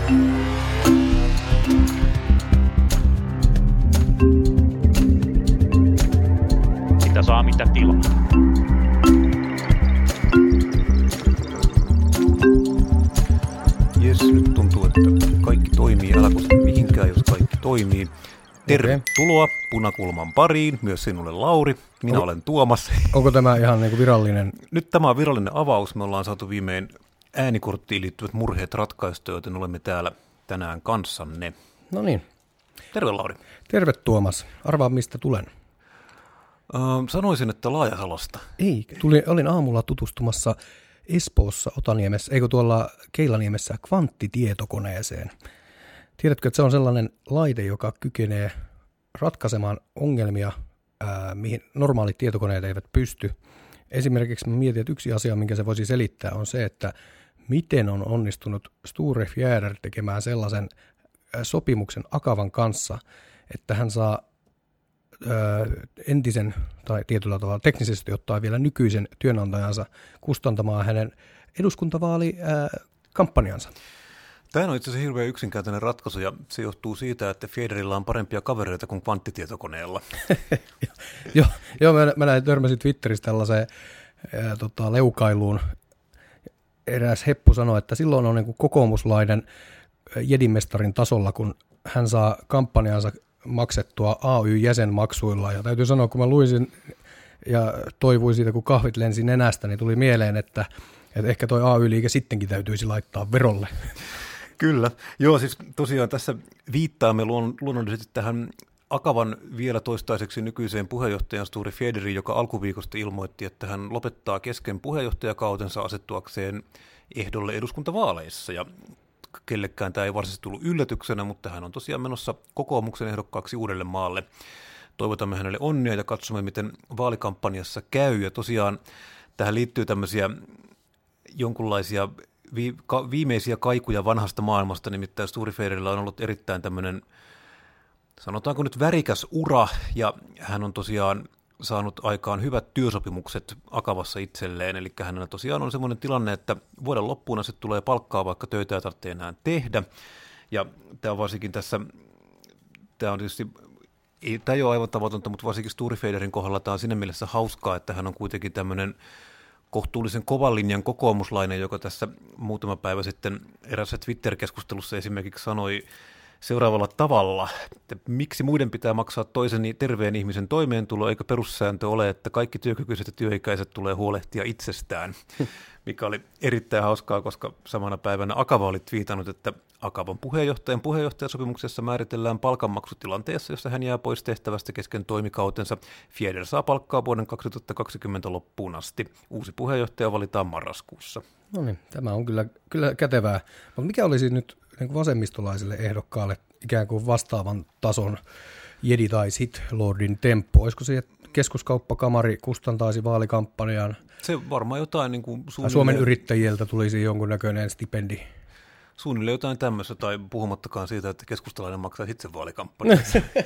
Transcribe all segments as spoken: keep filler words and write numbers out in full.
Mitä saa, mitä tilaa. Jes, nyt tuntuu, että kaikki toimii. Älä koske mihinkään, jos kaikki toimii. Tervetuloa okay. Punakulman pariin, myös sinulle Lauri. Minä o- olen Tuomas. Onko tämä ihan niin kuin virallinen? Nyt tämä on virallinen avaus. Me ollaan saatu viimein äänikorttiin liittyvät murheet ratkaistua, joten olemme täällä tänään kanssanne. No niin. Terve Lauri. Terve Tuomas. Arvaa mistä tulen. Öö, sanoisin, että Laajasalosta. Ei, tulin, olin aamulla tutustumassa Espoossa Otaniemessä, eikö tuolla Keilaniemessä kvanttitietokoneeseen. Tiedätkö, että se on sellainen laite, joka kykenee ratkaisemaan ongelmia, ää, mihin normaalit tietokoneet eivät pysty. Esimerkiksi mä mietin, että yksi asia, minkä se voisi selittää, on se, että miten on onnistunut Sture Fjäder tekemään sellaisen ää, sopimuksen Akavan kanssa, että hän saa ää, entisen tai tietyllä tavalla teknisesti ottaa vielä nykyisen työnantajansa kustantamaan hänen eduskuntavaalikampanjansa. Tämä on itse asiassa hirveän yksinkertainen ratkaisu, ja se johtuu siitä, että Fjäderillä on parempia kavereita kuin kvanttitietokoneella. Joo, jo, mä, mä näin, törmäsin Twitterissä tällaiseen ää, tota, leukailuun. Eräs heppu sanoi, että silloin on niin kuin kokoomuslainen jedimestarin tasolla, kun hän saa kampanjansa maksettua A Y-jäsenmaksuilla. Ja täytyy sanoa, kun mä luisin ja toivuin siitä, kun kahvit lensi nenästä, niin tuli mieleen, että, että ehkä toi A Y-liike sittenkin täytyisi laittaa verolle. Kyllä. Joo, siis tosiaan tässä viittaamme luon, luonnollisesti tähän Akavan vielä toistaiseksi nykyiseen puheenjohtajan Sture Fjäderiin, joka alkuviikosta ilmoitti, että hän lopettaa kesken puheenjohtajakautensa asettuakseen ehdolle eduskuntavaaleissa. Ja kellekään tämä ei varsinaisesti tullut yllätyksenä, mutta hän on tosiaan menossa kokoomuksen ehdokkaaksi uudelle maalle. Toivotamme hänelle onnea ja katsomme, miten vaalikampanjassa käy. Ja tosiaan tähän liittyy tämmöisiä jonkunlaisia vi, ka, viimeisiä kaikuja vanhasta maailmasta, nimittäin Sture Fjäderillä on ollut erittäin tämmöinen, sanotaanko nyt värikäs ura, ja hän on tosiaan saanut aikaan hyvät työsopimukset Akavassa itselleen, eli hänellä tosiaan on semmoinen tilanne, että vuoden loppuun asti tulee palkkaa, vaikka töitä ei tarvitse enää tehdä, ja tämä on varsinkin tässä, tämä on tietysti, ei, tämä ei ole aivan tavatonta, mutta varsinkin Sture Fjäderin kohdalla tämä on siinä mielessä hauskaa, että hän on kuitenkin tämmöinen kohtuullisen kovan linjan kokoomuslainen, joka tässä muutama päivä sitten erässä Twitter-keskustelussa esimerkiksi sanoi seuraavalla tavalla, että miksi muiden pitää maksaa toisen terveen ihmisen toimeentulo, eikä perussääntö ole, että kaikki työkykyiset ja työikäiset tulee huolehtia itsestään, mikä oli erittäin hauskaa, koska samana päivänä Akava oli twiitannut, että Akavan puheenjohtajan puheenjohtajasopimuksessa määritellään palkanmaksutilanteessa, jossa hän jää pois tehtävästä kesken toimikautensa. Fjäder saa palkkaa vuoden kaksituhattakaksikymmentä loppuun asti. Uusi puheenjohtaja valitaan marraskuussa. No niin, tämä on kyllä, kyllä kätevää. Mutta mikä olisi nyt niin vasemmistolaiselle ehdokkaalle ikään kuin vastaavan tason jedi tai sit lordin temppu? Olisiko se, että keskuskauppakamari kustantaisi vaalikampanjan? Se varmaan jotain niin kuin suunnilleen... Suomen yrittäjiltä tulisi jonkunnäköinen stipendi. Suunnilleen jotain tämmöistä, tai puhumattakaan siitä, että keskustalainen maksaa itse vaalikampanjan.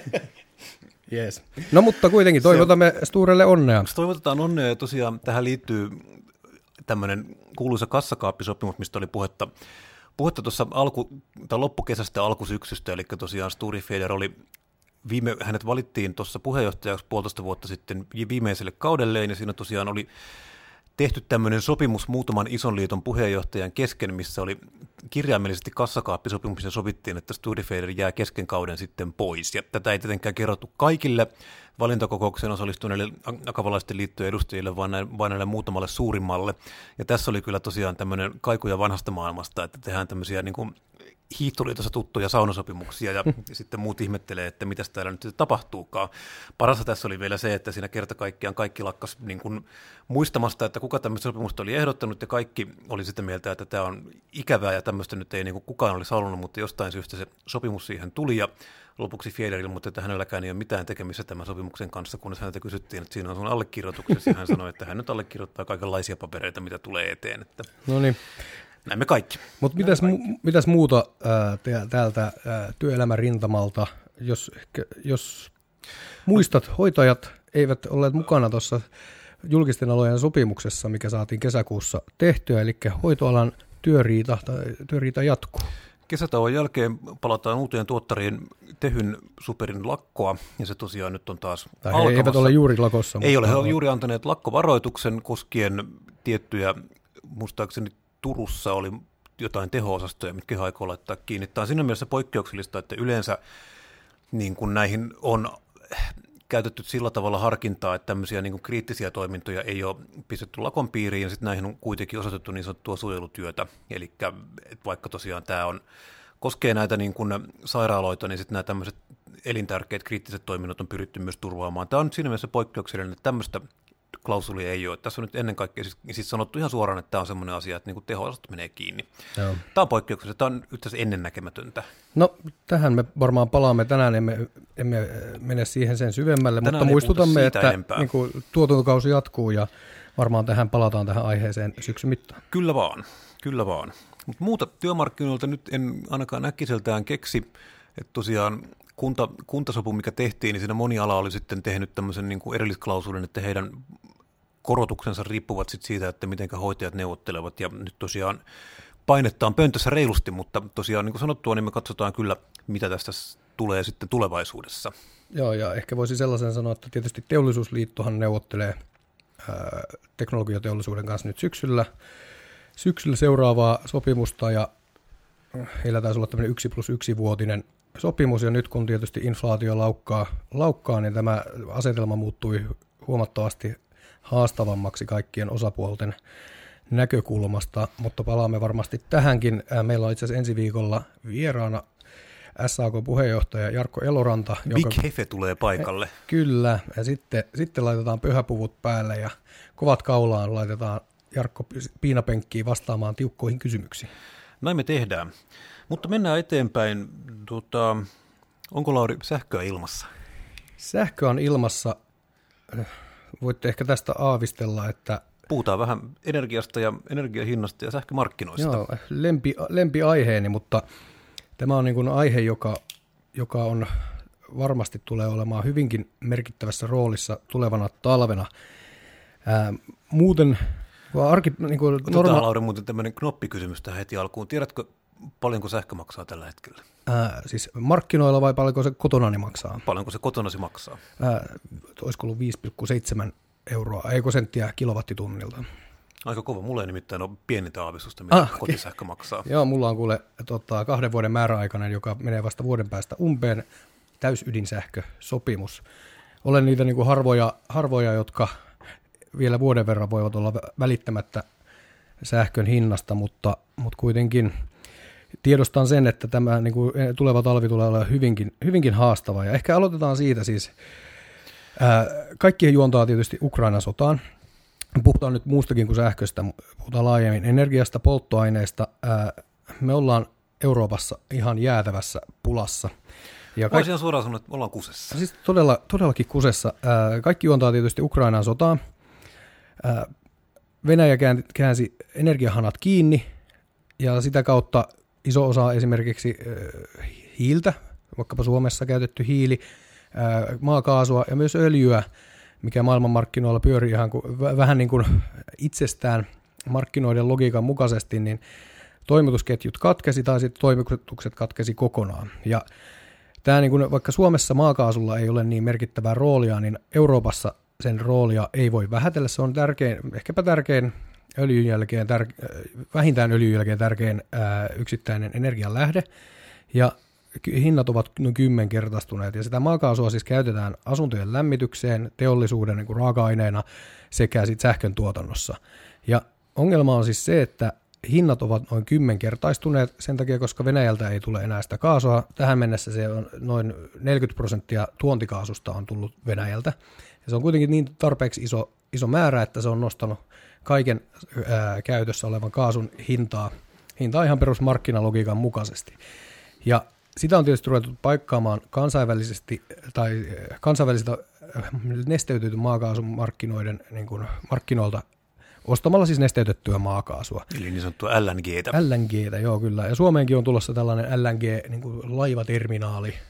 Yes. No mutta kuitenkin toivotamme Sturelle onnea. Toivotetaan onnea, ja tosiaan tähän liittyy tämmöinen kuuluisa kassakaappisopimus, mistä oli puhetta Puhetta tuossa alku, tai loppukesästä alkusyksystä, eli tosiaan Sture Fjäder oli, viime, hänet valittiin tuossa puheenjohtajaksi puolitoista vuotta sitten viimeiselle kaudelleen, ja siinä tosiaan oli tehty tämmöinen sopimus muutaman ison liiton puheenjohtajan kesken, missä oli kirjaimellisesti kassakaappisopimus, missä sovittiin, että Sture Fjäder jää kesken kauden sitten pois. Ja tätä ei tietenkään kerrottu kaikille valintakokoukseen osallistuneille akavalaisten liittojen edustajille, vaan, näin, vaan näille muutamalle suurimmalle. Ja tässä oli kyllä tosiaan tämmöinen kaikuja vanhasta maailmasta, että tehdään tämmöisiä niin kuin hiihtoliitossa tuttuja saunasopimuksia, ja sitten muut ihmettelee, että mitäs täällä nyt tapahtuukaan. Parasta tässä oli vielä se, että siinä kerta kaikkiaan kaikki lakkas niin kuin muistamasta, että kuka tämmöistä sopimusta oli ehdottanut, ja kaikki oli sitä mieltä, että tämä on ikävää, ja tämmöistä nyt ei niin kuin kukaan olisi halunnut, mutta jostain syystä se sopimus siihen tuli, ja lopuksi Fjäder ilmoitti, että hänelläkään ei ole mitään tekemistä tämän sopimuksen kanssa, kunnes häneltä kysyttiin, että siinä on sun allekirjoituksessa, ja hän sanoi, että hän nyt allekirjoittaa kaikenlaisia papereita, mitä tulee eteen. Että no niin. Näin me kaikki. Mutta mitäs, mu- mitäs muuta ää, te- täältä ää, työelämän rintamalta, jos, jos muistat, hoitajat eivät olleet mukana tuossa julkisten alojen sopimuksessa, mikä saatiin kesäkuussa tehtyä, eli hoitoalan työriita, tai työriita jatkuu. Kesätauon jälkeen palataan uuteen tuottariin Tehyn Superin lakkoa, ja se tosiaan nyt on taas tai alkamassa. He eivät ole juuri lakossa. Ei ole, he ovat juuri antaneet lakkovaroituksen koskien tiettyjä, muistaakseni Turussa oli jotain teho-osastoja, mitkä he aikoo laittaa kiinni. Tämä on siinä mielessä poikkeuksellista, että yleensä niin kuin näihin on käytetty sillä tavalla harkintaa, että tämmöisiä niin kuin kriittisiä toimintoja ei ole pistetty lakon piiriin, ja sitten näihin on kuitenkin osoitettu niin sanottua suojelutyötä. Eli vaikka tosiaan tämä on, koskee näitä niin kuin sairaaloita, niin sitten nämä tämmöiset elintärkeät kriittiset toiminnot on pyritty myös turvaamaan. Tämä on siinä mielessä poikkeuksellinen, että tämmöistä klausulia ei ole. Tässä on nyt ennen kaikkea siis, siis sanottu ihan suoraan, että tämä on semmoinen asia, että niin kuin teho-osastot menee kiinni. Joo. Tämä on poikkeuksellista, tämä on itse asiassa ennennäkemätöntä. No tähän me varmaan palaamme tänään, emme, emme mene siihen sen syvemmälle, tänään mutta muistutamme, että niin kuin, tuotantokausi jatkuu ja varmaan tähän palataan tähän aiheeseen syksyn mittaan. Kyllä vaan, kyllä vaan. Mutta muuta työmarkkinoilta nyt en ainakaan äkkiseltään keksi, että tosiaan kunta, kuntasopu, mikä tehtiin, niin siinä moni ala oli sitten tehnyt tämmöisen niin kuin erillisklausulin, että heidän korotuksensa riippuvat sit siitä, että miten hoitajat neuvottelevat, ja nyt tosiaan painetta on pöntössä reilusti, mutta tosiaan niin kuin sanottua, niin me katsotaan kyllä, mitä tästä tulee sitten tulevaisuudessa. Joo, ja ehkä voisi sellaisen sanoa, että tietysti Teollisuusliittohan neuvottelee ää, teknologiateollisuuden kanssa nyt syksyllä, syksyllä seuraavaa sopimusta, ja heillä taisi olla tämmöinen yksi plus yksi vuotinen sopimus, ja nyt kun tietysti inflaatio laukkaa, laukkaa niin tämä asetelma muuttui huomattavasti haastavammaksi kaikkien osapuolten näkökulmasta, mutta palaamme varmasti tähänkin. Meillä on itse asiassa ensi viikolla vieraana S A K-puheenjohtaja Jarkko Eloranta. Big joka... Hefe tulee paikalle. Kyllä, ja sitten, sitten laitetaan pyhäpuvut päälle ja kovat kaulaan laitetaan Jarkko piinapenkkiin vastaamaan tiukkoihin kysymyksiin. Näin me tehdään. Mutta mennään eteenpäin. Tuota, onko Lauri sähköä ilmassa? Sähkö on ilmassa. Voitte ehkä tästä aavistella, että... Puhutaan vähän energiasta ja energiahinnasta ja sähkömarkkinoista. Joo, lempi, lempiaiheeni, mutta tämä on niin kuin aihe, joka, joka on varmasti tulee olemaan hyvinkin merkittävässä roolissa tulevana talvena. Ää, muuten... Arki, niin kuin Otetaan norma- Lauri muuten tämmöinen knoppikysymys tähän heti alkuun. Tiedätkö, paljonko sähkö maksaa tällä hetkellä? Ää, siis markkinoilla vai paljonko se kotonani maksaa? Paljonko se kotonasi maksaa? Ää, olisiko ollut viisi pilkku seitsemän euroa, eikö senttiä kilowattitunnilta. Aika kova. Mulla ei nimittäin ole pienintä aavistusta, mitä ah, kotisähkö maksaa. Joo, mulla on kuule tota, kahden vuoden määräaikainen, joka menee vasta vuoden päästä umpeen, täysydinsähkösopimus. Olen niitä niin kuin harvoja, harvoja, jotka vielä vuoden verran voivat olla välittämättä sähkön hinnasta, mutta, mutta kuitenkin tiedostan sen, että tämä niin kuin tuleva talvi tulee olemaan hyvinkin, hyvinkin haastava. Ja ehkä aloitetaan siitä siis. Ää, kaikkien juontaa tietysti Ukrainan sotaan. Puhutaan nyt muustakin kuin sähköstä, puhutaan laajemmin energiasta, polttoaineista. Ää, me ollaan Euroopassa ihan jäätävässä pulassa. Ja kaikki, Voisin suoraan sanoa, että ollaan kusessa. Siis todella, todellakin kusessa. Ää, kaikki juontaa tietysti Ukrainan sotaan. Ää, Venäjä käänsi energiahanat kiinni ja sitä kautta iso osa esimerkiksi ää, hiiltä, vaikkapa Suomessa käytetty hiili, ää, maakaasua ja myös öljyä, mikä maailmanmarkkinoilla pyörii ihan kuin, vähän niin kuin itsestään markkinoiden logiikan mukaisesti, niin toimitusketjut katkesi tai sitten toimitukset katkesi kokonaan. Ja tämä niin kuin, vaikka Suomessa maakaasulla ei ole niin merkittävää roolia, niin Euroopassa sen roolia ei voi vähätellä. Se on tärkein, ehkäpä tärkein öljyn jälkeen, tär, vähintään öljyn jälkeen tärkein ää, yksittäinen energianlähde. Ja hinnat ovat noin kymmenkertaistuneet. Ja sitä maakaasua siis käytetään asuntojen lämmitykseen, teollisuuden niin kuin raaka-aineena sekä sit sähkön tuotannossa. Ja ongelma on siis se, että hinnat ovat noin kymmenkertaistuneet sen takia, koska Venäjältä ei tule enää sitä kaasua. Tähän mennessä se on noin neljäkymmentä prosenttia tuontikaasusta on tullut Venäjältä. Ja se on kuitenkin niin tarpeeksi iso, iso määrä, että se on nostanut kaiken ää, käytössä olevan kaasun hintaa, hintaa ihan perusmarkkinalogiikan mukaisesti. Ja sitä on tietysti ruvettu paikkaamaan kansainvälisesti tai kansainvälisiltä nesteytetyn maakaasun markkinoiden niin kuin markkinoilta ostamalla siis nesteytettyä maakaasua. Eli niin sanottua L N G:tä. L N G:tä, joo kyllä. Ja Suomeenkin on tulossa tällainen L N G niin kuin laivaterminaali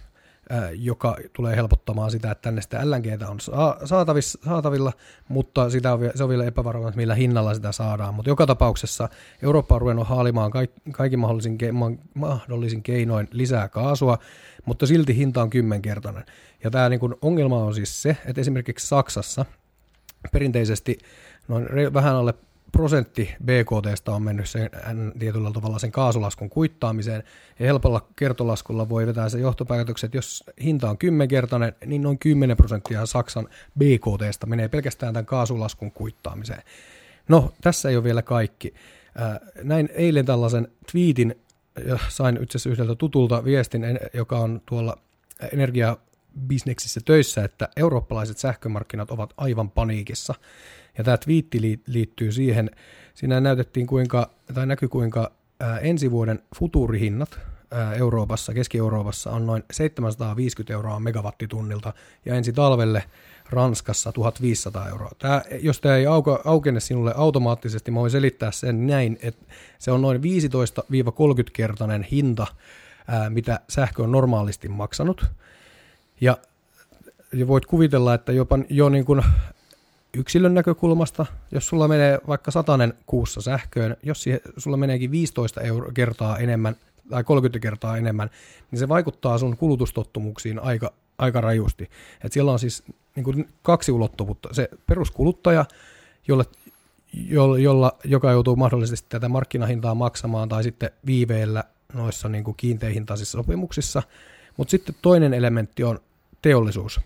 joka tulee helpottamaan sitä, että tänne sitä L N G:tä on saatavilla, mutta sitä on, se on vielä epävarmaa, millä hinnalla sitä saadaan. Mutta joka tapauksessa Eurooppa on ruvennut haalimaan kaikin mahdollisin, mahdollisin keinoin lisää kaasua, mutta silti hinta on kymmenkertainen. Ja tämä niin kuin ongelma on siis se, että esimerkiksi Saksassa perinteisesti noin vähän alle prosentti B K T:stä on mennyt sen, tietyllä tavalla sen kaasulaskun kuittaamiseen, ja helpolla kertolaskulla voi vetää se johtopäätökset, että jos hinta on kymmenkertainen, niin noin kymmenen prosenttia Saksan B K T:stä menee pelkästään tämän kaasulaskun kuittaamiseen. No, tässä ei ole vielä kaikki. Näin eilen tällaisen twiitin, ja sain itse asiassa yhdeltä tutulta viestin, joka on tuolla energiabisneksissä töissä, että eurooppalaiset sähkömarkkinat ovat aivan paniikissa. Ja tämä twiitti liittyy siihen, siinä näytettiin kuinka, tai näkyy kuinka ää, ensi vuoden futuurihinnat ää, Euroopassa, Keski-Euroopassa on noin seitsemänsataaviisikymmentä euroa megawattitunnilta, ja ensi talvelle Ranskassa tuhatviisisataa euroa. Tämä, jos tämä ei auka, aukene sinulle automaattisesti, mä voin selittää sen näin, että se on noin viisitoista kolmekymmentä-kertainen hinta, ää, mitä sähkö on normaalisti maksanut, ja, ja voit kuvitella, että jopa jo niin kuin yksilön näkökulmasta, jos sulla menee vaikka satanen kuussa sähköön, jos siihen, sulla meneekin viisitoista euro, kertaa enemmän tai kolmekymmentä kertaa enemmän, niin se vaikuttaa sun kulutustottumuksiin aika, aika rajusti. Et siellä on siis niin kuin kaksi ulottuvuutta. Se peruskuluttaja, jolle, jolla, jolla, joka joutuu mahdollisesti tätä markkinahintaa maksamaan tai sitten viiveellä noissa niin kuin kiinteähintaisissa sopimuksissa, mutta sitten toinen elementti on teollisuus.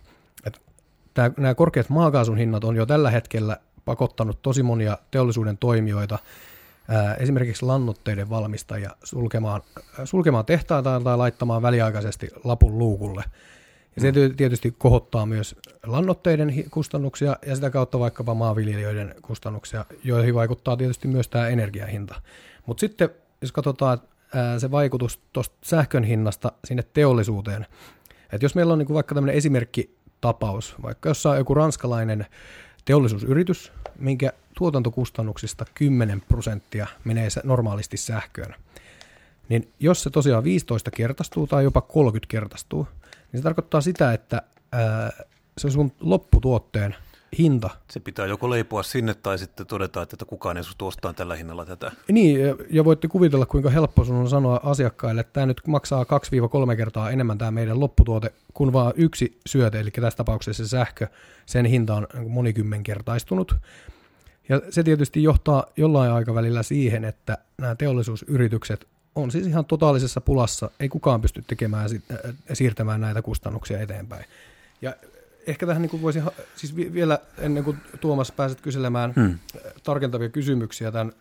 Tämä, nämä korkeat maakaasun hinnat on jo tällä hetkellä pakottanut tosi monia teollisuuden toimijoita, ää, esimerkiksi lannoitteiden valmistajia, sulkemaan, sulkemaan tehtaita tai laittamaan väliaikaisesti lapun luukulle. Ja se tietysti kohottaa myös lannoitteiden kustannuksia ja sitä kautta vaikkapa maanviljelijöiden kustannuksia, joihin vaikuttaa tietysti myös tämä energiahinta. Mutta sitten, jos katsotaan ää, se vaikutus tuosta sähkön hinnasta sinne teollisuuteen, että jos meillä on niinku vaikka tämmöinen esimerkki, tapaus, vaikka jos on joku ranskalainen teollisuusyritys, minkä tuotantokustannuksista kymmenen prosenttia menee normaalisti sähköön, niin jos se tosiaan viisitoista kertaistuu tai jopa kolmekymmentä kertaistuu, niin se tarkoittaa sitä, että ää, se sun lopputuotteen hinta. Se pitää joko leipoa sinne tai sitten todeta, että kukaan ei suostu ostamaan tällä hinnalla tätä. Niin, ja voitte kuvitella, kuinka helppo sun on sanoa asiakkaille, että tämä nyt maksaa kaksi kolme kertaa enemmän tämä meidän lopputuote, kun vaan yksi syöte, eli tässä tapauksessa se sähkö, sen hinta on monikymmenkertaistunut. Ja se tietysti johtaa jollain aikavälillä siihen, että nämä teollisuusyritykset on siis ihan totaalisessa pulassa, ei kukaan pysty tekemään, siirtämään näitä kustannuksia eteenpäin. Ja ehkä tähän niin voisi, siis vielä ennen kuin Tuomas pääset kyselemään hmm. tarkentavia kysymyksiä tämän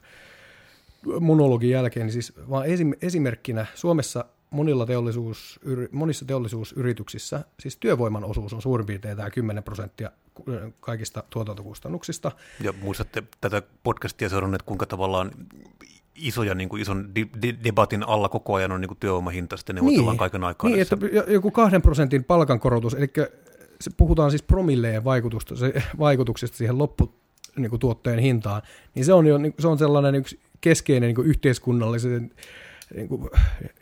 monologin jälkeen, niin siis vaan esimerkkinä Suomessa monilla teollisuus, monissa teollisuusyrityksissä siis työvoiman osuus on suurin piirtein tämä kymmenen prosenttia kaikista tuotantokustannuksista. Ja muistatte tätä podcastia seuranneet, kuinka tavallaan isoja, niin kuin ison de- debatin alla koko ajan on niin kuin työvoimahinta, sitten neuvotellaan niin, kaiken aikaa. Niin, että joku kahden prosentin palkankorotus, eli se puhutaan siis promilleen vaikutusta, se, vaikutuksesta siihen lopputuotteen niin hintaan, niin se on, jo, se on sellainen yksi keskeinen niin kuin yhteiskunnallisen niin kuin,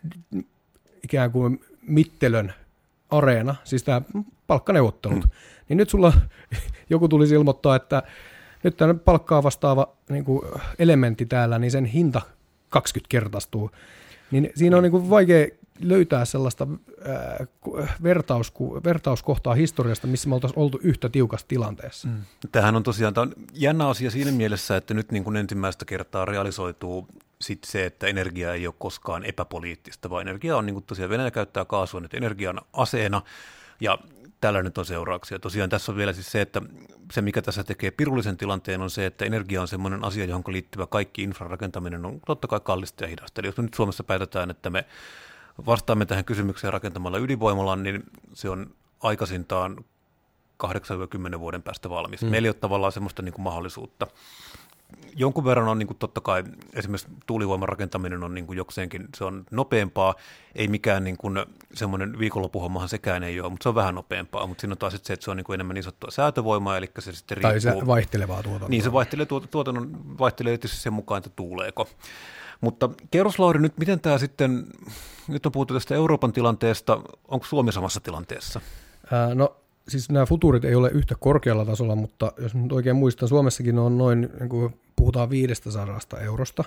ikään kuin mittelön areena, siis tämä palkkaneuvottelut. Mm. Niin nyt sulla joku tulisi ilmoittaa, että nyt tämä palkkaa vastaava niin kuin elementti täällä, niin sen hinta kaksikymmentä-kertaistuu. Niin siinä on niin kuin vaikea löytää sellaista ää, vertausku, vertauskohtaa historiasta, missä me oltaisiin oltu yhtä tiukassa tilanteessa. Mm. Tämähän on tosiaan tämä on jännä asia siinä mielessä, että nyt niin kuin ensimmäistä kertaa realisoituu sit se, että energia ei ole koskaan epäpoliittista, vaan energia on niin kuin tosiaan Venäjä käyttää kaasua nyt energian aseena, ja tällä nyt on seurauksia. Tosiaan tässä on vielä siis se, että se mikä tässä tekee pirullisen tilanteen on se, että energia on semmoinen asia, johon liittyvä kaikki infrarakentaminen on totta kai kallista ja hidasta. Eli jos me nyt Suomessa päätetään, että me vastaamme tähän kysymykseen rakentamalla ydinvoimalan, niin se on aikaisintaan kahdeksan kymmenen vuoden päästä valmis. Mm. Meillä ei ole tavallaan semmoista niin kuin mahdollisuutta. Jonkun verran on niin kuin totta kai, esimerkiksi tuulivoiman rakentaminen on niin kuin jokseenkin, se on nopeampaa, ei mikään niin kuin semmoinen viikonloppuhommahan sekään ei ole, mutta se on vähän nopeampaa, mutta siinä on taas se, että se on niin kuin enemmän isottua säätövoimaa, eli se sitten riippuu. Tai se vaihtelevaa tuotantoa. Niin, se vaihtelee, tuotannon, vaihtelee tietysti sen mukaan, että tuuleeko. Mutta kerros Lauri nyt, miten tämä sitten, nyt on puhuttu tästä Euroopan tilanteesta. Onko Suomi samassa tilanteessa? Ää, no siis nämä futuurit ei ole yhtä korkealla tasolla, mutta jos nyt oikein muistan, Suomessakin on noin, niin kuin puhutaan viisisataa eurosta,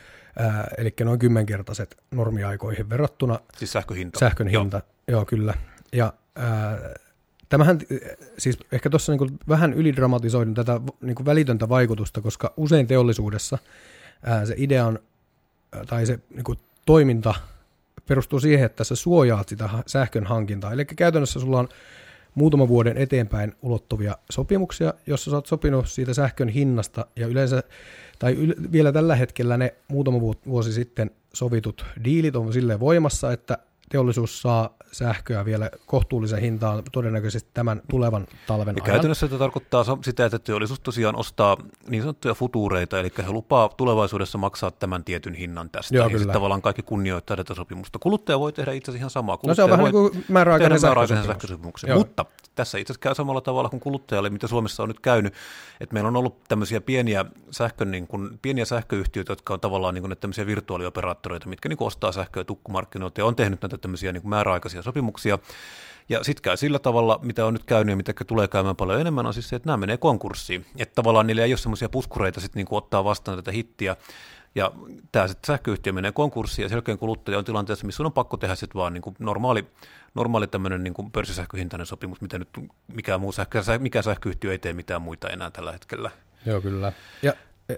ää, eli noin kymmenkertaiset normiaikoihin verrattuna. Siis sähkön hinta. Sähkön hinta, joo, joo kyllä. Ja ää, tämähän, siis ehkä tuossa niin vähän ylidramatisoidun tätä niin kuin välitöntä vaikutusta, koska usein teollisuudessa ää, se idea on, tai se niin kuin toiminta perustuu siihen, että sä suojaat sitä sähkön hankintaa. Eli käytännössä sulla on muutaman vuoden eteenpäin ulottuvia sopimuksia, jossa sä oot sopinut siitä sähkön hinnasta, ja yleensä, tai yl, vielä tällä hetkellä ne muutama vuosi sitten sovitut diilit on silleen voimassa, että teollisuus saa sähköä vielä kohtuullisen hintaan todennäköisesti tämän tulevan talven ja ajan. Käytännössä tämä tarkoittaa sitä, että teollisuus tosiaan ostaa niin sanottuja futuureita, eli he lupaa tulevaisuudessa maksaa tämän tietyn hinnan tästä. Joo, ja kyllä. sitten tavallaan kaikki kunnioittaa tätä sopimusta. Kuluttaja voi tehdä itse asiassa ihan samaa. No se on vähän niin kuin määräaikainen sähkösopimus. sähkösopimuksen. Mutta tässä itse asiassa käy samalla tavalla kuin kuluttajalle, mitä Suomessa on nyt käynyt, että meillä on ollut tämmöisiä pieniä, sähkön, niin kuin, pieniä sähköyhtiöitä, jotka on tavallaan niin kuin tämmöisiä virtuaalioperaattoreita, mitkä niin kuin ostaa sähköä tukkumarkkinoilta ja on tehnyt näitä tämmöisiä niin kuin määräaikaisia sopimuksia. Ja sitten käy sillä tavalla, mitä on nyt käynyt ja mitä tulee käymään paljon enemmän, on siis se, että nämä menee konkurssiin. Että tavallaan niillä ei ole semmoisia puskureita sitten niin kuin ottaa vastaan tätä hittiä. Ja tämä sitten sähköyhtiö menee konkurssiin ja sen jälkeen kuluttaja on tilanteessa, missä on pakko tehdä sitten vaan niin kuin normaali, normaali tämmöinen niin kuin pörssisähköhintainen sopimus, mitä nyt mikään muu sähkö, mikä sähköyhtiö ei tee mitään muita enää tällä hetkellä. Joo, kyllä. Ja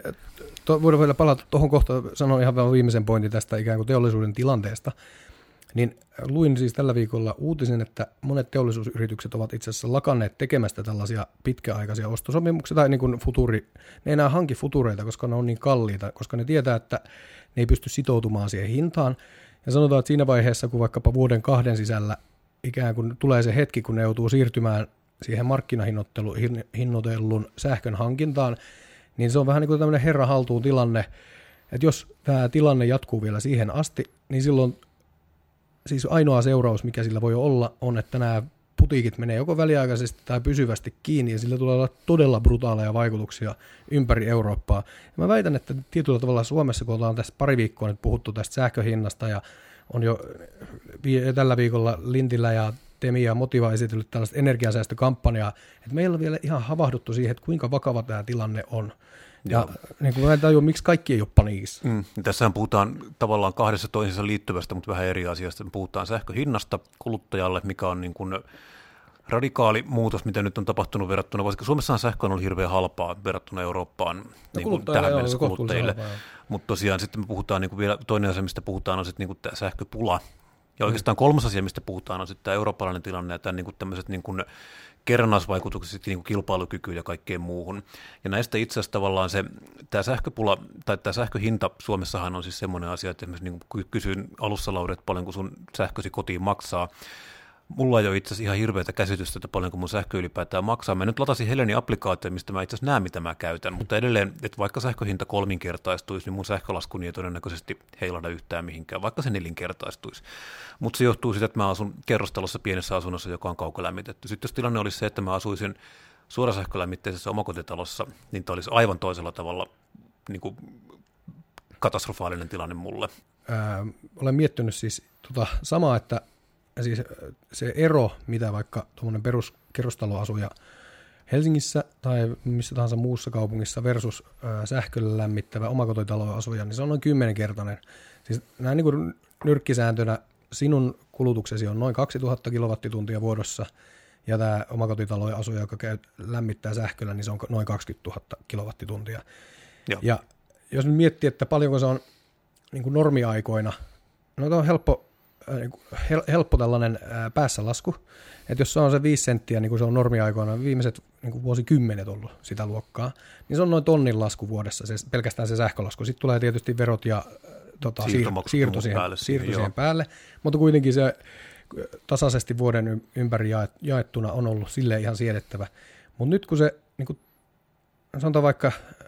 to, voidaan vielä palata tuohon kohtaan, sanon ihan vielä viimeisen pointin tästä ikään kuin teollisuuden tilanteesta. Niin luin siis tällä viikolla uutisen, että monet teollisuusyritykset ovat itse asiassa lakanneet tekemästä tällaisia pitkäaikaisia ostosopimuksia, tai niin kuin futuri, ne ei enää hanki futureita, koska ne on niin kalliita, koska ne tietää, että ne ei pysty sitoutumaan siihen hintaan. Ja sanotaan, että siinä vaiheessa, kun vaikkapa vuoden kahden sisällä ikään kuin tulee se hetki, kun ne joutuu siirtymään siihen markkinahinnoitellun sähkön hankintaan, niin se on vähän niin kuin tämmöinen herra haltuun tilanne, että jos tämä tilanne jatkuu vielä siihen asti, niin silloin siis ainoa seuraus, mikä sillä voi olla, on, että nämä putiikit menee joko väliaikaisesti tai pysyvästi kiinni, ja sillä tulee olla todella brutaaleja vaikutuksia ympäri Eurooppaa. Ja mä väitän, että tietyllä tavalla Suomessa, kun ollaan tässä pari viikkoa nyt puhuttu tästä sähköhinnasta, ja on jo tällä viikolla Lintilä ja Temi ja Motiva esitellyt tällaista energiansäästökampanjaa, että meillä on vielä ihan havahduttu siihen, että kuinka vakava tämä tilanne on. Ja, ja niin kuin mä en tajua, miksi kaikki ei ole paniikissa. Mm, tässähän puhutaan tavallaan kahdessa toisensa liittyvästä, mutta vähän eri asiasta. Me puhutaan sähköhinnasta kuluttajalle, mikä on niin kuin radikaali muutos, mitä nyt on tapahtunut verrattuna, koska Suomessahan sähkö on ollut hirveän halpaa verrattuna Eurooppaan no, niin kuin tähän joo, mennessä kuluttajille. Mutta tosiaan sitten me puhutaan, niin kuin vielä toinen asia, mistä puhutaan, on sitten niin kuin tämä sähköpula. Ja oikeastaan kolmas asia, mistä puhutaan, on sitten tämä eurooppalainen tilanne ja tämän, niin kuin tämmöiset niin kuin kerrannaisvaikutukset niin kuin kilpailukykyyn ja kaikkeen muuhun. Ja näistä itse asiassa tavallaan se, tämä sähköpula, tai tämä sähköhinta Suomessahan on siis semmoinen asia, että esimerkiksi niin kuin kysyin alussa, Lauri, että paljonko sun sähkösi kotiin maksaa. Mulla ei ole itse asiassa ihan hirveätä käsitystä, että paljonko mun sähkö ylipäätään maksaa. Mä nyt latasin Heleni-applikaatio, mistä mä itse asiassa näen, mitä mä käytän, mutta edelleen, että vaikka sähköhinta kolminkertaistuisi, niin mun sähkölaskuni ei todennäköisesti heilahda yhtään mihinkään, vaikka se nelinkertaistuisi. Mutta se johtuu siitä, että mä asun kerrostalossa pienessä asunnossa, joka on kaukolämmitetty. Sitten jos tilanne olisi se, että mä asuisin suorasähkölämmitteisessä omakotitalossa, niin tämä olisi aivan toisella tavalla niin kuin katastrofaalinen tilanne mulle. Ää, olen miettinyt siis tota samaa, että siis se ero, mitä vaikka tuommoinen peruskerrostaloasuja Helsingissä tai missä tahansa muussa kaupungissa versus ää, sähköllä lämmittävä omakotitaloasuja, niin se on noin kymmenkertainen. Siis näin niin kuin nyrkkisääntönä sinun kulutuksesi on noin kaksituhatta kilowattituntia vuodossa, ja tämä omakotitalojen asuja, joka käy, lämmittää sähköllä, niin se on noin kaksikymmentätuhatta kilowattituntia. Joo. Ja jos nyt miettii, että paljonko se on niin kuin normiaikoina, no tämä on helppo, Hel- helppo tällainen ää, päässä lasku, että jos se on se viisi senttiä, niin kuin se on normiaikoina, viimeiset niin kuin vuosikymmenet ollut sitä luokkaa, niin se on noin tonnin lasku vuodessa, se, pelkästään se sähkölasku. Sitten tulee tietysti verot ja tota, siir- siirto siihen päälle, siirto siihen päälle, mutta kuitenkin se tasaisesti vuoden ympäri jaettuna on ollut silleen ihan siedettävä. Mutta nyt kun se, niin kuin, sanotaan vaikka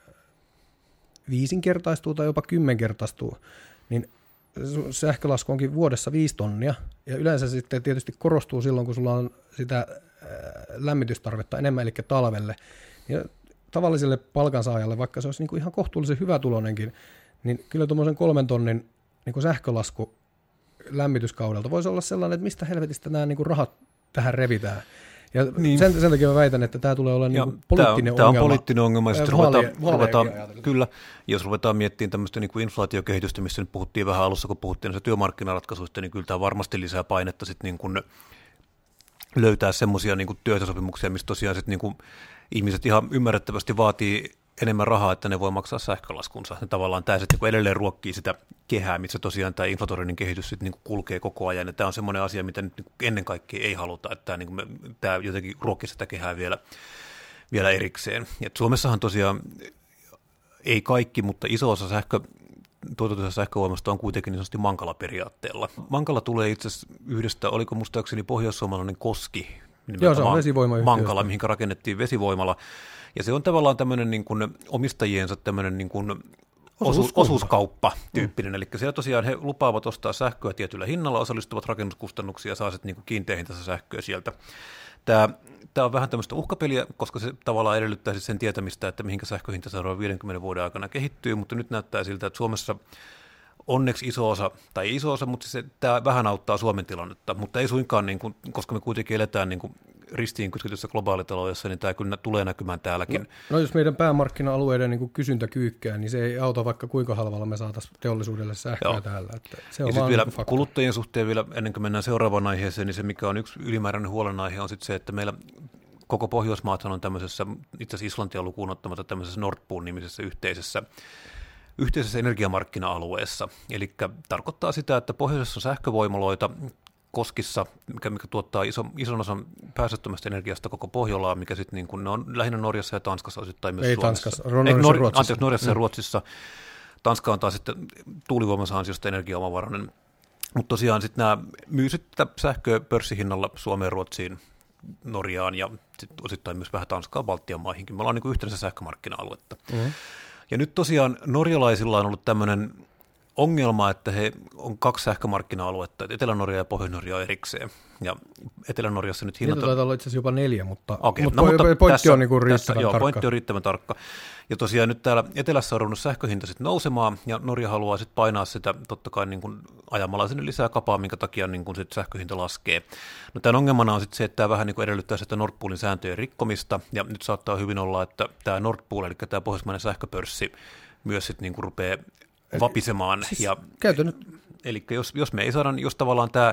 viisinkertaistuu tai jopa kymmenkertaistuu, niin sähkölasku onkin vuodessa viisi tonnia, ja yleensä sitten tietysti korostuu silloin, kun sulla on sitä lämmitystarvetta enemmän, eli talvelle. Ja tavalliselle palkansaajalle, vaikka se olisi niin kuin ihan kohtuullisen hyvätuloinenkin, niin kyllä tuommoisen kolmen tonnin niin kuin sähkölasku lämmityskaudelta voisi olla sellainen, että mistä helvetistä nämä niin kuin rahat tähän revitään. Ja niin. sen, sen takia mä väitän, että tämä tulee olla niin poliittinen tämä on, ongelma. Tämä on poliittinen ongelma, ja vaale, ruvetaan, ruvetaan, kyllä, jos ruvetaan miettimään tämmöistä niin kuin inflaatiokehitystä, missä nyt puhuttiin vähän alussa, kun puhuttiin näistä työmarkkinaratkaisuista, niin kyllä tämä varmasti lisää painetta sitten niin kuin löytää semmoisia niin kuin työehtosopimuksia, missä tosiaan sitten niin kuin ihmiset ihan ymmärrettävästi vaatii enemmän rahaa, että ne voi maksaa sähkölaskunsa. Ja tavallaan tämä sitten niin edelleen ruokkii sitä kehää, missä tosiaan tämä inflatorinen kehitys sitten niin kulkee koko ajan. Ja tämä on semmoinen asia, mitä nyt niin ennen kaikkea ei haluta, että tämä, niin me, tämä jotenkin ruokkii sitä kehää vielä, vielä erikseen. Ja Suomessahan tosiaan ei kaikki, mutta iso osa sähkö, tuotetusta sähkövoimasta on kuitenkin niin sanotusti Mankala-periaatteella. Mankala tulee itse asiassa yhdestä, oliko muistaakseni pohjoissuomalainen Koski, Joo, se on vesivoimayhtiöstä. Mankala, mihin rakennettiin vesivoimala. Ja se on tavallaan tämmöinen niin kuin omistajiensa tämmöinen niin kuin osuus, osuuskauppa-tyyppinen. Mm. Eli siellä tosiaan he lupaavat ostaa sähköä tietyllä hinnalla, osallistuvat rakennuskustannuksiin ja saa sitten niin kuin kiinteähintaista sähköä sieltä. Tämä, tämä on vähän tämmöistä uhkapeliä, koska se tavallaan edellyttää sen tietämistä, että mihinkä sähköhinta seuraavan viidenkymmenen vuoden aikana kehittyy, mutta nyt näyttää siltä, että Suomessa onneksi iso osa, tai iso osa, mutta se, tämä vähän auttaa Suomen tilannetta, mutta ei suinkaan, niin kuin, koska me kuitenkin eletään niin kuin ristiin kytketyssä globaalitaloudessa, niin tämä kyllä tulee näkymään täälläkin. No, no jos meidän päämarkkina-alueiden niin kuin kysyntä kyykkää, niin se ei auta vaikka kuinka halvalla me saataisiin teollisuudelle sähköä Joo. täällä. Että se on ja sitten vielä kuluttajien suhteen vielä, ennen kuin mennään seuraavaan aiheeseen, niin se mikä on yksi ylimääräinen huolenaihe on sitten se, että meillä koko Pohjoismaathan on tämmöisessä, itse asiassa Islantia lukuun ottamatta tämmöisessä Nord Pool-nimisessä yhteisessä yhteisessä energiamarkkina-alueessa. Eli tarkoittaa sitä, että pohjoisessa on sähkövoimaloita Koskissa, mikä, mikä tuottaa iso, ison osan päästöttömästä energiasta koko Pohjolaa, mikä sitten niin kuin ne on lähinnä Norjassa ja Tanskassa osittain myös Ei Suomessa. Tanskassa, Norjassa, Nor- Ruotsissa. Anteeksi, Norjassa mm. ja Ruotsissa. Tanska on taas sitten tuulivoimansa ansiosta energiaomavarainen. Mutta tosiaan sitten nämä myy sitten sähköä pörssihinnalla Suomeen, Ruotsiin, Norjaan ja sitten osittain myös vähän Tanskaan, Baltian maihinkin. Me ollaan niin kuin yhteensä sähkömarkkina-aluetta. Mm. Ja nyt tosiaan norjalaisilla on ollut tämmöinen ongelma, että he on kaksi sähkömarkkina-aluetta, että Etelä-Norja ja Pohjois-Norja on erikseen. Ja Etelä-Norjassa nyt hinnat on... taitaa olla itse asiassa jopa neljä, mutta, okay, mutta, no, mutta pointti tässä, on niin kuin riittävän tässä, joo, tarkka. Pointti on riittävän tarkka. Ja tosiaan nyt täällä Etelässä on ruvennut sähköhinta sitten nousemaan, ja Norja haluaa sitten painaa sitä totta kai niin kuin ajamalla sinne lisää kapaa, minkä takia niin kuin sit sähköhinta laskee. No tämän ongelmana on sitten se, että tämä vähän niin kuin edellyttää sitä Nord Poolin sääntöjen rikkomista, ja nyt saattaa hyvin olla, että tämä Nord Pool, eli tämä pohjoismainen sähköpörssi, myös sitten niin kuin rupeaa vapisemaan. Siis ja, käytännöt... Eli jos, jos me ei saada, jos tavallaan tämä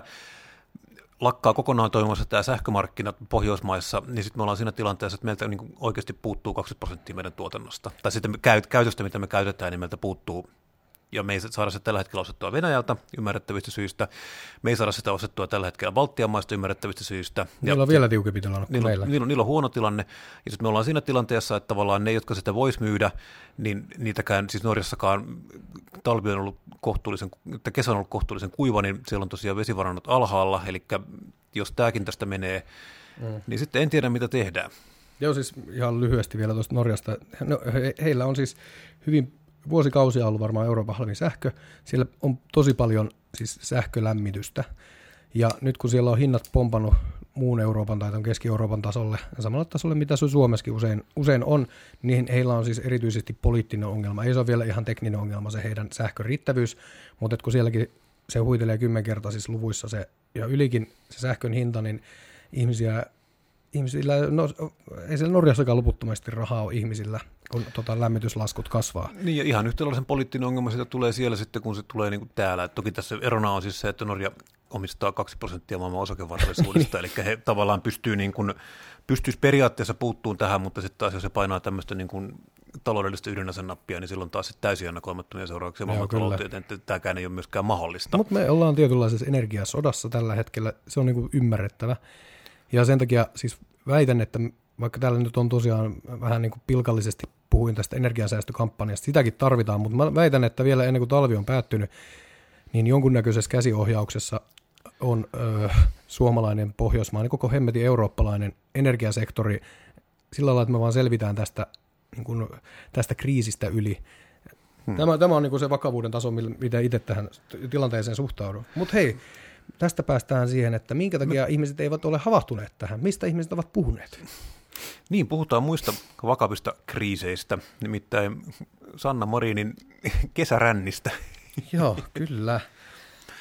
lakkaa kokonaan toimimassa tämä sähkömarkkinat Pohjoismaissa, niin sitten me ollaan siinä tilanteessa, että meiltä niin kuin oikeasti puuttuu kaksikymmentä prosenttia meidän tuotannosta. Tai sitten käytöstä, mitä me käytetään, niin meiltä puuttuu. Ja me ei saada sitä tällä hetkellä ostettua Venäjältä ymmärrettävistä syistä. Me ei saada sitä ostettua tällä hetkellä Baltian maista ymmärrettävistä syistä. Niillä on vielä tiukempi tilanne kuin meillä. Niillä on, niillä on huono tilanne. Ja sitten me ollaan siinä tilanteessa, että tavallaan ne, jotka sitä vois myydä, niin niitäkään, siis Norjassakaan talvi on ollut kohtuullisen, että kesä on ollut kohtuullisen kuiva, niin siellä on tosiaan vesivarannot alhaalla. Eli jos tämäkin tästä menee, mm. niin sitten en tiedä, mitä tehdään. Joo, siis ihan lyhyesti vielä tuosta Norjasta. No, he, heillä on siis hyvin... Vuosikausia on ollut varmaan Euroopan halvin sähkö. Siellä on tosi paljon siis sähkölämmitystä. Ja nyt kun siellä on hinnat pompannut muun Euroopan tai Keski-Euroopan tasolle, ja samalla tasolle, mitä se Suomessakin usein, usein on, niin heillä on siis erityisesti poliittinen ongelma. Ei se ole vielä ihan tekninen ongelma se heidän sähkön riittävyys, mutta kun sielläkin se huitelee kymmenkertaisissa luvuissa se, ja ylikin se sähkön hinta, niin ihmisiä... Ihmisillä, no, ei siellä Norjassakaan loputtomasti rahaa ole ihmisillä, kun tota, lämmityslaskut kasvaa. Niin ja ihan yhtäläisen poliittinen ongelma sitä tulee siellä sitten, kun se tulee niin kuin täällä. Et toki tässä erona on siis se, että Norja omistaa kaksi prosenttia maailman osakevarallisuudesta, eli he tavallaan pystyy niin kuin, pystyisi periaatteessa puuttuun tähän, mutta sitten taas jos se painaa tämmöistä niin kuin taloudellista ydinasenappia, niin silloin taas täysin ennakoimattomia seurauksia maailmantalouteen, että tämäkään ei ole myöskään mahdollista. Mutta me ollaan tietynlaisessa energiasodassa tällä hetkellä, se on niin kuin ymmärrettävä. Ja sen takia siis väitän, että vaikka täällä nyt on tosiaan vähän niin kuin pilkallisesti puhuin tästä energiansäästökampanjasta, sitäkin tarvitaan, mutta mä väitän, että vielä ennen kuin talvi on päättynyt, niin jonkunnäköisessä käsiohjauksessa on ö, suomalainen, pohjoismainen, koko hemmetin eurooppalainen energiasektori sillä lailla, että me vaan selvitään tästä, niin kuin, tästä kriisistä yli. Hmm. Tämä, tämä on niin kuin se vakavuuden taso, mitä itse tähän tilanteeseen suhtaudun. Mutta hei, tästä päästään siihen, että minkä takia Me... ihmiset eivät ole havahtuneet tähän. Mistä ihmiset ovat puhuneet? Niin, puhutaan muista vakavista kriiseistä, nimittäin Sanna Marinin kesärännistä. Joo, kyllä.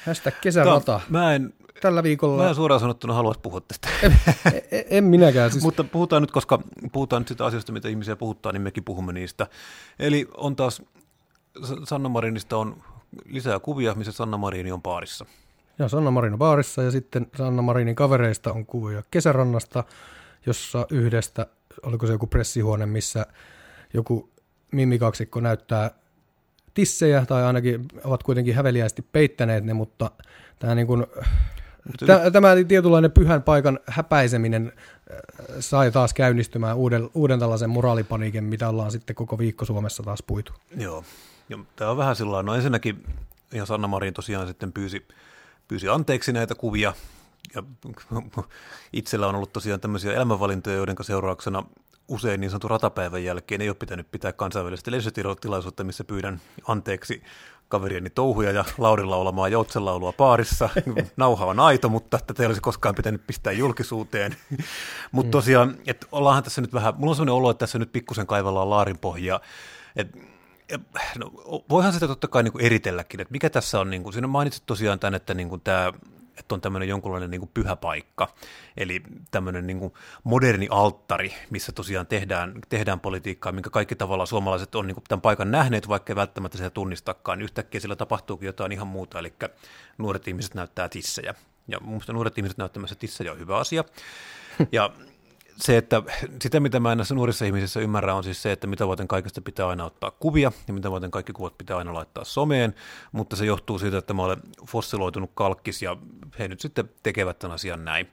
Hashtag kesärata. Mä en, Tällä viikolla... Mä en suoraan sanottuna haluaisi puhua tästä. En, en, en minäkään. Siis... Mutta puhutaan nyt, koska puhutaan nyt sitä asioista, mitä ihmisiä puhuttaa, niin mekin puhumme niistä. Eli on taas, Sanna Marinista on lisää kuvia, missä Sanna Marini on baarissa. Ja Sanna Marin on baarissa ja sitten Sanna Marinin kavereista on kuvia kesärannasta, jossa yhdestä, oliko se joku pressihuone, missä joku mimikaksikko näyttää tissejä, tai ainakin ovat kuitenkin häveliäisesti peittäneet ne, mutta tämä, niin kuin, tämä, tämä tietynlainen pyhän paikan häpäiseminen sai taas käynnistymään uuden, uuden tällaisen moraalipaniikin, mitä ollaan sitten koko viikko Suomessa taas puitu. Joo, ja tämä on vähän sillä no ensinnäkin, ja Sanna Marin tosiaan sitten pyysi, pyysi anteeksi näitä kuvia, ja itsellä on ollut tosiaan tämmöisiä elämänvalintoja, joiden seurauksena usein niin sanotun ratapäivän jälkeen ei ole pitänyt pitää kansainvälistä leisötilaisuutta, missä pyydän anteeksi kaverieni touhuja ja Laurilla olemaan joutsenlaulua baarissa. Nauha on aito, mutta tätä ei olisi koskaan pitänyt pistää julkisuuteen. Mutta tosiaan, että ollaanhan tässä nyt vähän, mulla on sellainen olo, että tässä nyt pikkusen kaivellaan laarinpohjaa. Et, no, voihan sitä totta kai niin kuin eritelläkin, että mikä tässä on, niin kuin, siinä mainitsit tosiaan tämän, että niin kuin tämä että on tämmöinen jonkunlainen niin kuin pyhä paikka, eli tämmöinen niin kuin moderni alttari, missä tosiaan tehdään, tehdään politiikkaa, minkä kaikki tavallaan suomalaiset on niin kuin tämän paikan nähneet, vaikka ei välttämättä sitä tunnistakaan. Yhtäkkiä siellä tapahtuukin jotain ihan muuta, eli nuoret ihmiset näyttää tissejä. Ja mun mielestä nuoret ihmiset näyttämässä tissejä on hyvä asia. Ja se, että sitä, mitä mä en näissä nuorissa ihmisissä ymmärrä, on siis se, että mitä varten kaikesta pitää aina ottaa kuvia, ja mitä varten kaikki kuvat pitää aina laittaa someen, mutta se johtuu siitä, että mä olen fossiloitunut kalkkis, ja he nyt sitten tekevät tämän asian näin.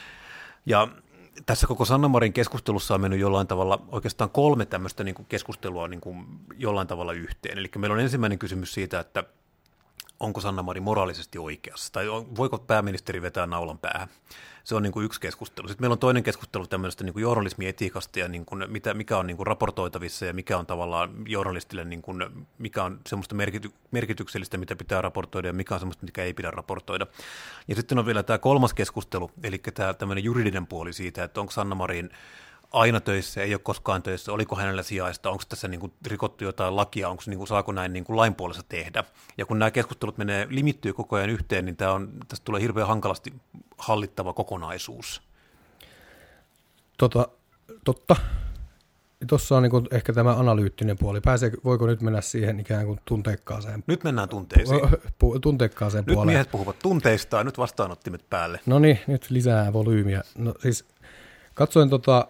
Ja tässä koko Sanna Marin keskustelussa on mennyt jollain tavalla, oikeastaan kolme tämmöistä niin kuin keskustelua niin kuin jollain tavalla yhteen. Eli meillä on ensimmäinen kysymys siitä, että onko Sanna Marin moraalisesti oikeassa, tai voiko pääministeri vetää naulan päähän. Se on niin kuin yksi keskustelu. Sitten meillä on toinen keskustelu tämmöisestä niin kuin journalismietiikasta ja niin kuin mitä, mikä on niin kuin raportoitavissa ja mikä on tavallaan journalistille, niin kuin, mikä on semmoista merkity, merkityksellistä, mitä pitää raportoida ja mikä on semmoista, mikä ei pidä raportoida. Ja sitten on vielä tämä kolmas keskustelu, eli tämä tämmöinen juridinen puoli siitä, että onko Sanna Marin aina töissä, ei ole koskaan töissä, oliko hänellä sijaista, onko tässä niin kuin rikottu jotain lakia, onko niin kuin, saako näin niin kuin lain puolesta tehdä. Ja kun nämä keskustelut menee, limittyy koko ajan yhteen, niin tämä on, tästä tulee hirveän hankalasti hallittava kokonaisuus. Tota, totta. Tuossa on niin kuin ehkä tämä analyyttinen puoli. Pääsee, voiko nyt mennä siihen ikään kuin tunteikkaaseen? Nyt mennään tunteisiin. Pu- tunteikkaaseen nyt puoleen. Nyt miehet puhuvat tunteistaan, nyt vastaanottimet päälle. No niin, nyt lisää volyymiä. No siis katsoin tota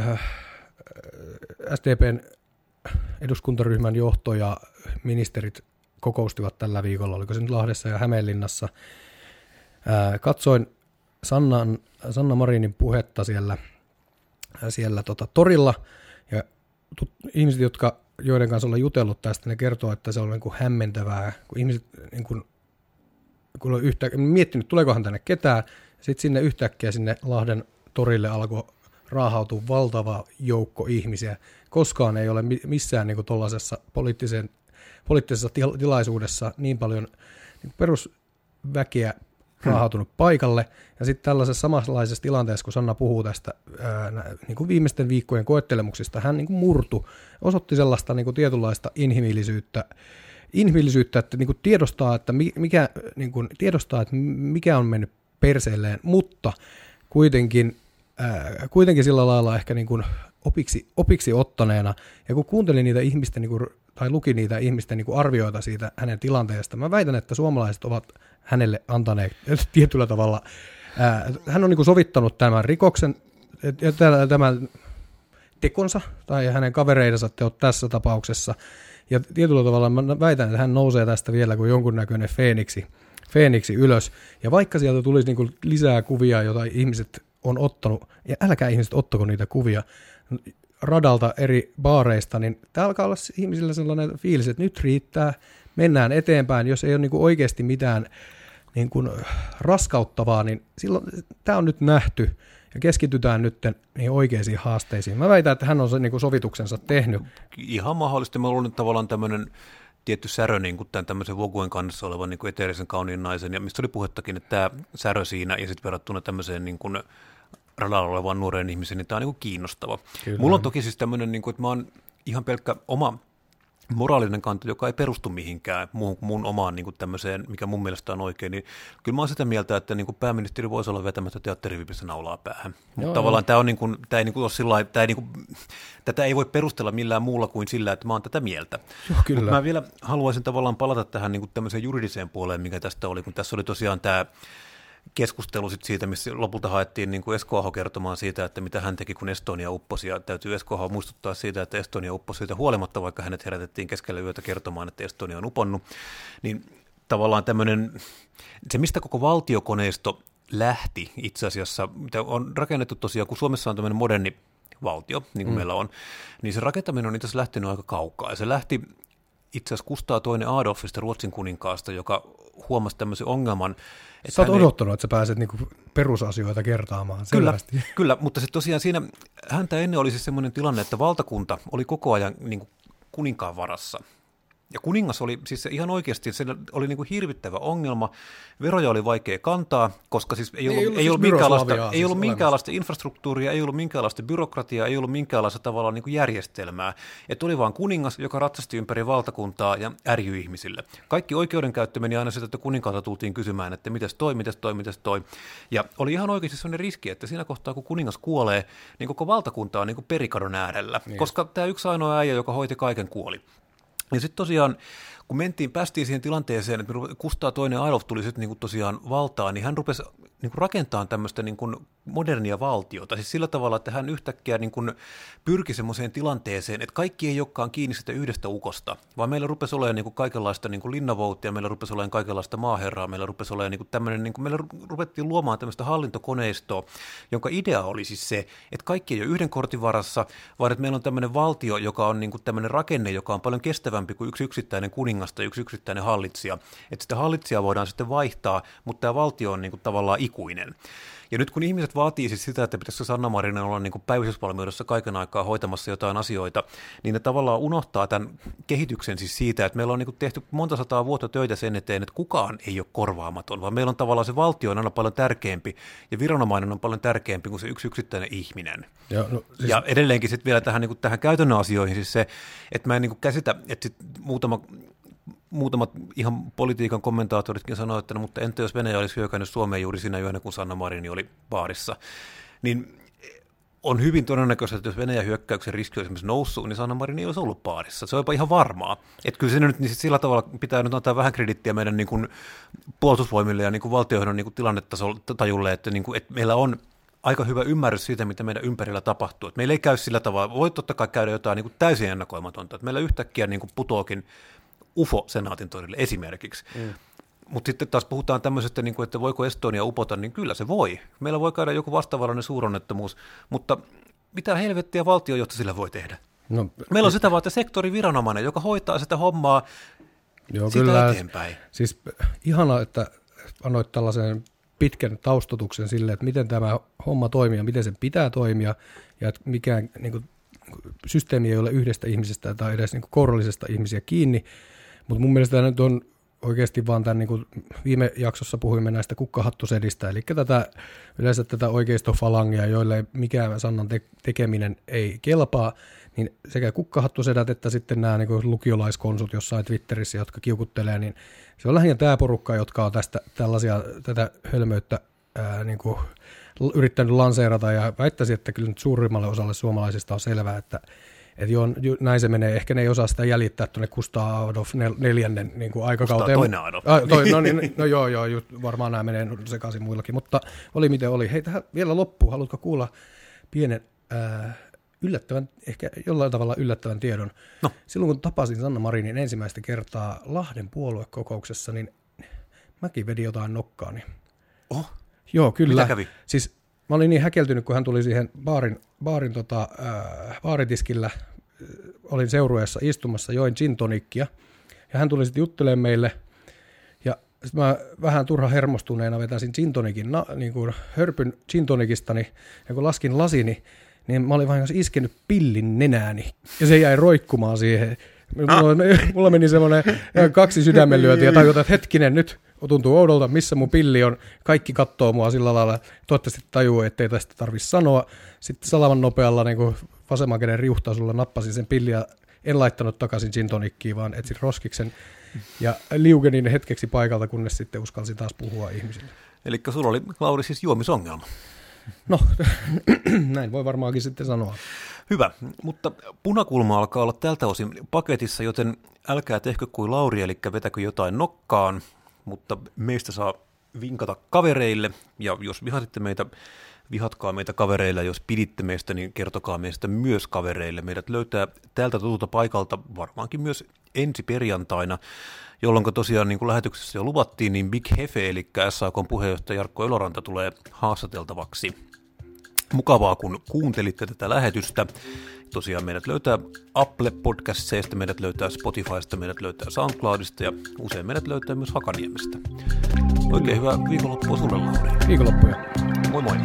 S D P:n eduskuntaryhmän johto ja ministerit kokoustivat tällä viikolla, oliko se nyt Lahdessa ja Hämeenlinnassa. Katsoin Sannan, Sanna Marinin puhetta siellä, siellä tota, torilla, ja tut, ihmiset, jotka, joiden kanssa olen jutellut tästä, ne kertoo, että se on niin kuin hämmentävää, kun ihmiset niin kuin, kun on yhtä, miettinyt, tuleekohan tänne ketään, sitten sinne yhtäkkiä sinne Lahden torille alkoi raahautuu valtava joukko ihmisiä. Koskaan ei ole missään niin kuin tuollaisessa poliittisessa tilaisuudessa niin paljon niin perusväkeä raahautunut hmm. paikalle. Ja sitten tällaisessa samanlaisessa tilanteessa, kun Sanna puhuu tästä ää, niin kuin viimeisten viikkojen koettelemuksista, hän niin kuin murtui, osoitti sellaista niin kuin tietynlaista inhimillisyyttä, inhimillisyyttä että niin kuin tiedostaa, että mikä, niin kuin tiedostaa, että mikä on mennyt perseelleen, mutta kuitenkin Ää, kuitenkin sillä lailla ehkä niin kuin opiksi, opiksi ottaneena, ja kun kuuntelin niitä ihmisten, niin kuin, tai luki niitä ihmisten niin kuin arvioita siitä hänen tilanteesta, mä väitän, että suomalaiset ovat hänelle antaneet tietyllä tavalla, ää, hän on niin kuin sovittanut tämän rikoksen, ja tämän tekonsa, tai hänen kavereidensa teot tässä tapauksessa, ja tietyllä tavalla mä väitän, että hän nousee tästä vielä kuin jonkunnäköinen feeniksi, feeniksi ylös, ja vaikka sieltä tulisi niin kuin lisää kuvia, joita ihmiset on ottanut, ja älkää ihmiset ottako niitä kuvia radalta eri baareista, niin tämä alkaa olla ihmisillä sellainen fiilis, että nyt riittää, mennään eteenpäin, jos ei ole niin kuin oikeasti mitään niin kuin raskauttavaa, niin silloin tämä on nyt nähty, ja keskitytään nyt niihin oikeisiin haasteisiin. Mä väitän, että hän on sen niin kuin sovituksensa tehnyt. Ihan mahdollisesti. Mä luulen tavallaan tämmöinen tietty särö niin kuin tämän tämmöisen Voguen kannassa olevan niin kuin eteerisen kauniin naisen, ja mistä oli puhettakin, että tämä särö siinä, ja sitten verrattuna tämmöiseen niin kuin radalla olevan nuoren ihmisen, niin tämä on niin kuin kiinnostava. Kyllä. Mulla on toki siis tämmöinen, niin kuin, että mä oon ihan pelkkä oma moraalinen kanta, joka ei perustu mihinkään muuhun kuin mun omaan niin kuin tämmöiseen, mikä mun mielestä on oikein, niin kyllä mä oon sitä mieltä, että niin kuin pääministeri voisi olla vetämättä teatteriviipissä naulaa päähän. Mutta tavallaan tämä on niin kuin, tämä ei niin kuin ole sillain, tämä ei niin kuin, tätä ei voi perustella millään muulla kuin sillä, että mä oon tätä mieltä. Joo, kyllä. Mutta mä vielä haluaisin tavallaan palata tähän niin kuin tämmöiseen juridiseen puoleen, mikä tästä oli, kun tässä oli tosiaan tämä keskustelu sit siitä, missä lopulta haettiin niin kuin Esko Aho kertomaan siitä, että mitä hän teki, kun Estonia upposi, ja täytyy Esko Aho muistuttaa siitä, että Estonia upposi siitä huolimatta, vaikka hänet herätettiin keskellä yötä kertomaan, että Estonia on uponnut, niin tavallaan tämmöinen, se mistä koko valtiokoneisto lähti itse asiassa, mitä on rakennettu tosiaan, kun Suomessa on tämmöinen moderni valtio, niin kuin mm. meillä on, niin se rakentaminen on itse asiassa lähtenyt aika kaukaa, ja se lähti itse asiassa Kustaa toinen Adolfista, Ruotsin kuninkaasta, joka huomasi tämmöisen ongelman. Sä oot odottanut, ei... että sä pääset niinku perusasioita kertaamaan selvästi. Kyllä, kyllä, mutta sitten tosiaan siinä häntä ennen oli siis semmoinen tilanne, että valtakunta oli koko ajan niinku kuninkaan varassa. Ja kuningas oli siis ihan oikeasti, se oli niin kuin hirvittävä ongelma, veroja oli vaikea kantaa, koska siis ei ollut, ei ollut, ei ollut, siis minkäänlaista, siis ei ollut minkäänlaista infrastruktuuria, ei ollut minkäänlaista byrokratiaa, ei ollut minkäänlaista tavallaan niin kuin järjestelmää. Että oli vaan kuningas, joka ratsasti ympäri valtakuntaa ja ärjyi ihmisille. Kaikki oikeudenkäyttö meni aina sitä, että kuninkaalta tultiin kysymään, että mitäs toi, mitäs toi, mitäs toi. Ja oli ihan oikeasti sellainen riski, että siinä kohtaa, kun kuningas kuolee, niin koko valtakunta on niin kuin perikadon äärellä, niin. Koska tämä yksi ainoa äijä, joka hoiti kaiken, kuoli. Ja sitten tosiaan, kun mentiin, päästiin siihen tilanteeseen, että Kustaa toinen Adolf tuli sitten niinku tosiaan valtaan, niin hän rupesi niinku rakentamaan tämmöistä niinku modernia valtiota. Siis sillä tavalla, että hän yhtäkkiä niinku pyrki semmoiseen tilanteeseen, että kaikki ei olekaan kiinni sitä yhdestä ukosta, vaan meillä rupesi olemaan niinku kaikenlaista niinku linnavoutia, meillä rupesi olemaan kaikenlaista maaherraa, meillä rupesi olemaan niinku tämmöinen, niinku, meillä rupettiin luomaan tämmöistä hallintokoneistoa, jonka idea oli siis se, että kaikki ei ole yhden kortin varassa, vaan että meillä on tämmöinen valtio, joka on niinku tämmöinen rakenne, joka on paljon kestävämpi kuin yksi yksittäinen kuningas tai yksi yksittäinen hallitsija. Että sitä hallitsijaa voidaan sitten vaihtaa, mutta tämä valtio on niinku tavallaan ikuinen. Ja nyt kun ihmiset vaatii siis sitä, että pitäisikö Sanna Marinin olla niin kuin päivystysvalmiudessa kaiken aikaa hoitamassa jotain asioita, niin ne tavallaan unohtaa tämän kehityksen siis siitä, että meillä on niin kuin tehty monta sataa vuotta töitä sen eteen, että kukaan ei ole korvaamaton, vaan meillä on tavallaan se valtio on aina paljon tärkeämpi ja viranomainen on paljon tärkeämpi kuin se yksi yksittäinen ihminen. Ja, no, siis... ja edelleenkin sitten vielä tähän, niin kuin tähän käytännön asioihin siis se, että mä en niin kuin käsitä, että sit muutama... Muutamat ihan politiikan kommentaattoritkin sanoivat, että no, mutta entä jos Venäjä olisi hyökännyt Suomeen juuri siinä yönä, kun Sanna Marin oli baarissa, niin on hyvin todennäköistä, että jos Venäjän hyökkäyksen riski olisi esimerkiksi noussut, niin Sanna Marin ei olisi ollut baarissa. Se on jopa ihan varmaa. Että kyllä se nyt niin sillä tavalla pitää nyt antaa vähän kredittiä meidän niin kuin puolustusvoimille ja niin kuin valtiojohdon niin kuin tilannetajulle, että, niin kuin, että meillä on aika hyvä ymmärrys siitä, mitä meidän ympärillä tapahtuu. Että meillä ei käy sillä tavalla, voi totta kai käydä jotain niin kuin täysin ennakoimatonta, että meillä yhtäkkiä niin kuin putoakin U F O Senaatin torille esimerkiksi. Mm. Mutta sitten taas puhutaan tämmöisestä, että voiko Estonia upota, niin kyllä se voi. Meillä voi käydä joku vastaavallinen suuronnettomuus, mutta mitä helvettiä valtiojohto sillä voi tehdä? No, meillä on sitä vaan, että sektoriviranomainen, joka hoitaa sitä hommaa joo, sitä kyllä, eteenpäin. Siis ihanaa, että annoit tällaisen pitkän taustatuksen sille, että miten tämä homma toimii ja miten sen pitää toimia ja että mikään niin kuin, systeemi ei ole yhdestä ihmisestä tai edes niin kuin kourallisesta ihmisiä kiinni. Mutta mun mielestä tämä nyt on oikeasti vaan tämän, niin kuin viime jaksossa puhuimme näistä kukkahattusedistä, eli tätä, yleensä tätä oikeistofalangia, joille mikään Sannan te- tekeminen ei kelpaa, niin sekä kukkahattusedät että sitten nämä niin kuin lukiolaiskonsut jossain Twitterissä, jotka kiukuttelee, niin se on lähinnä tämä porukka, jotka on tästä tällaisia, tätä hölmöyttä ää, niin kuin yrittänyt lanseerata, ja väittäisin, että kyllä nyt suurimmalle osalle suomalaisista on selvää, että Että joo, näin se menee. Ehkä ne ei osaa sitä jäljittää tuonne Kustaa Adolf nel- neljännen niin kuin aikakauteen. Kustaa toinen Adolf. Ah, toi, no, niin, no joo, joo, just, varmaan nämä menee sekaisin muillakin, mutta oli miten oli. Hei, tähän vielä loppuun. Haluatko kuulla pienen äh, yllättävän, ehkä jollain tavalla yllättävän tiedon? No. Silloin kun tapasin Sanna Marinin ensimmäistä kertaa Lahden puoluekokouksessa, niin mäkin vedin jotain nokkaa. Niin... Oh? Joo, kyllä. Mitä kävi? Siis mä olin niin häkeltynyt, kun hän tuli siihen baarin, baarin tota, äh, baaritiskillä, olin seurueessa istumassa, join gin tonickia, ja hän tuli sitten juttelemaan meille, ja sitten mä vähän turha hermostuneena vetäisin gin tonicin, na, niin kuin hörpyn gin tonicistani, ja kun laskin lasini, niin mä olin vain iskenyt pillin nenääni, ja se jäi roikkumaan siihen. Mulla, mulla meni semmoinen kaksi sydämenlyötiä, ja tajuta, että hetkinen, nyt tuntuu oudolta, missä mun pilli on. Kaikki katsoo mua sillä lailla, toivottavasti tajuu, ettei tästä tarvitse sanoa. Sitten salaman nopealla niin kuin vasemman käden riuhtaisulla nappasin sen pillin ja en laittanut takaisin gin tonickiin, vaan etsin roskiksen ja liukenin hetkeksi paikalta, kunnes sitten uskalsin taas puhua ihmisille. Eli sulla oli, Lauri, siis juomisongelma. No, näin voi varmaankin sitten sanoa. Hyvä, mutta punakulma alkaa olla tältä osin paketissa, joten älkää tehkö kuin Lauri, eli vetäkö jotain nokkaan, mutta meistä saa vinkata kavereille, ja jos vihasitte meitä, vihatkaa meitä kavereille, jos piditte meistä, niin kertokaa meistä myös kavereille. Meidät löytää tältä tutulta paikalta varmaankin myös ensi perjantaina, jolloin tosiaan niin kuin lähetyksessä jo luvattiin, niin Big Hefe, eli S A K:n puheenjohtaja Jarkko Eloranta tulee haastateltavaksi. Mukavaa, kun kuuntelitte tätä lähetystä. Tosiaan meidät löytää Apple Podcastseista, meidät löytää Spotifysta, meidät löytää SoundCloudista ja usein meidät löytää myös Hakaniemestä. Oikein hyvää viikonloppua sulle, Lauri. Viikonloppuja. Moi moi.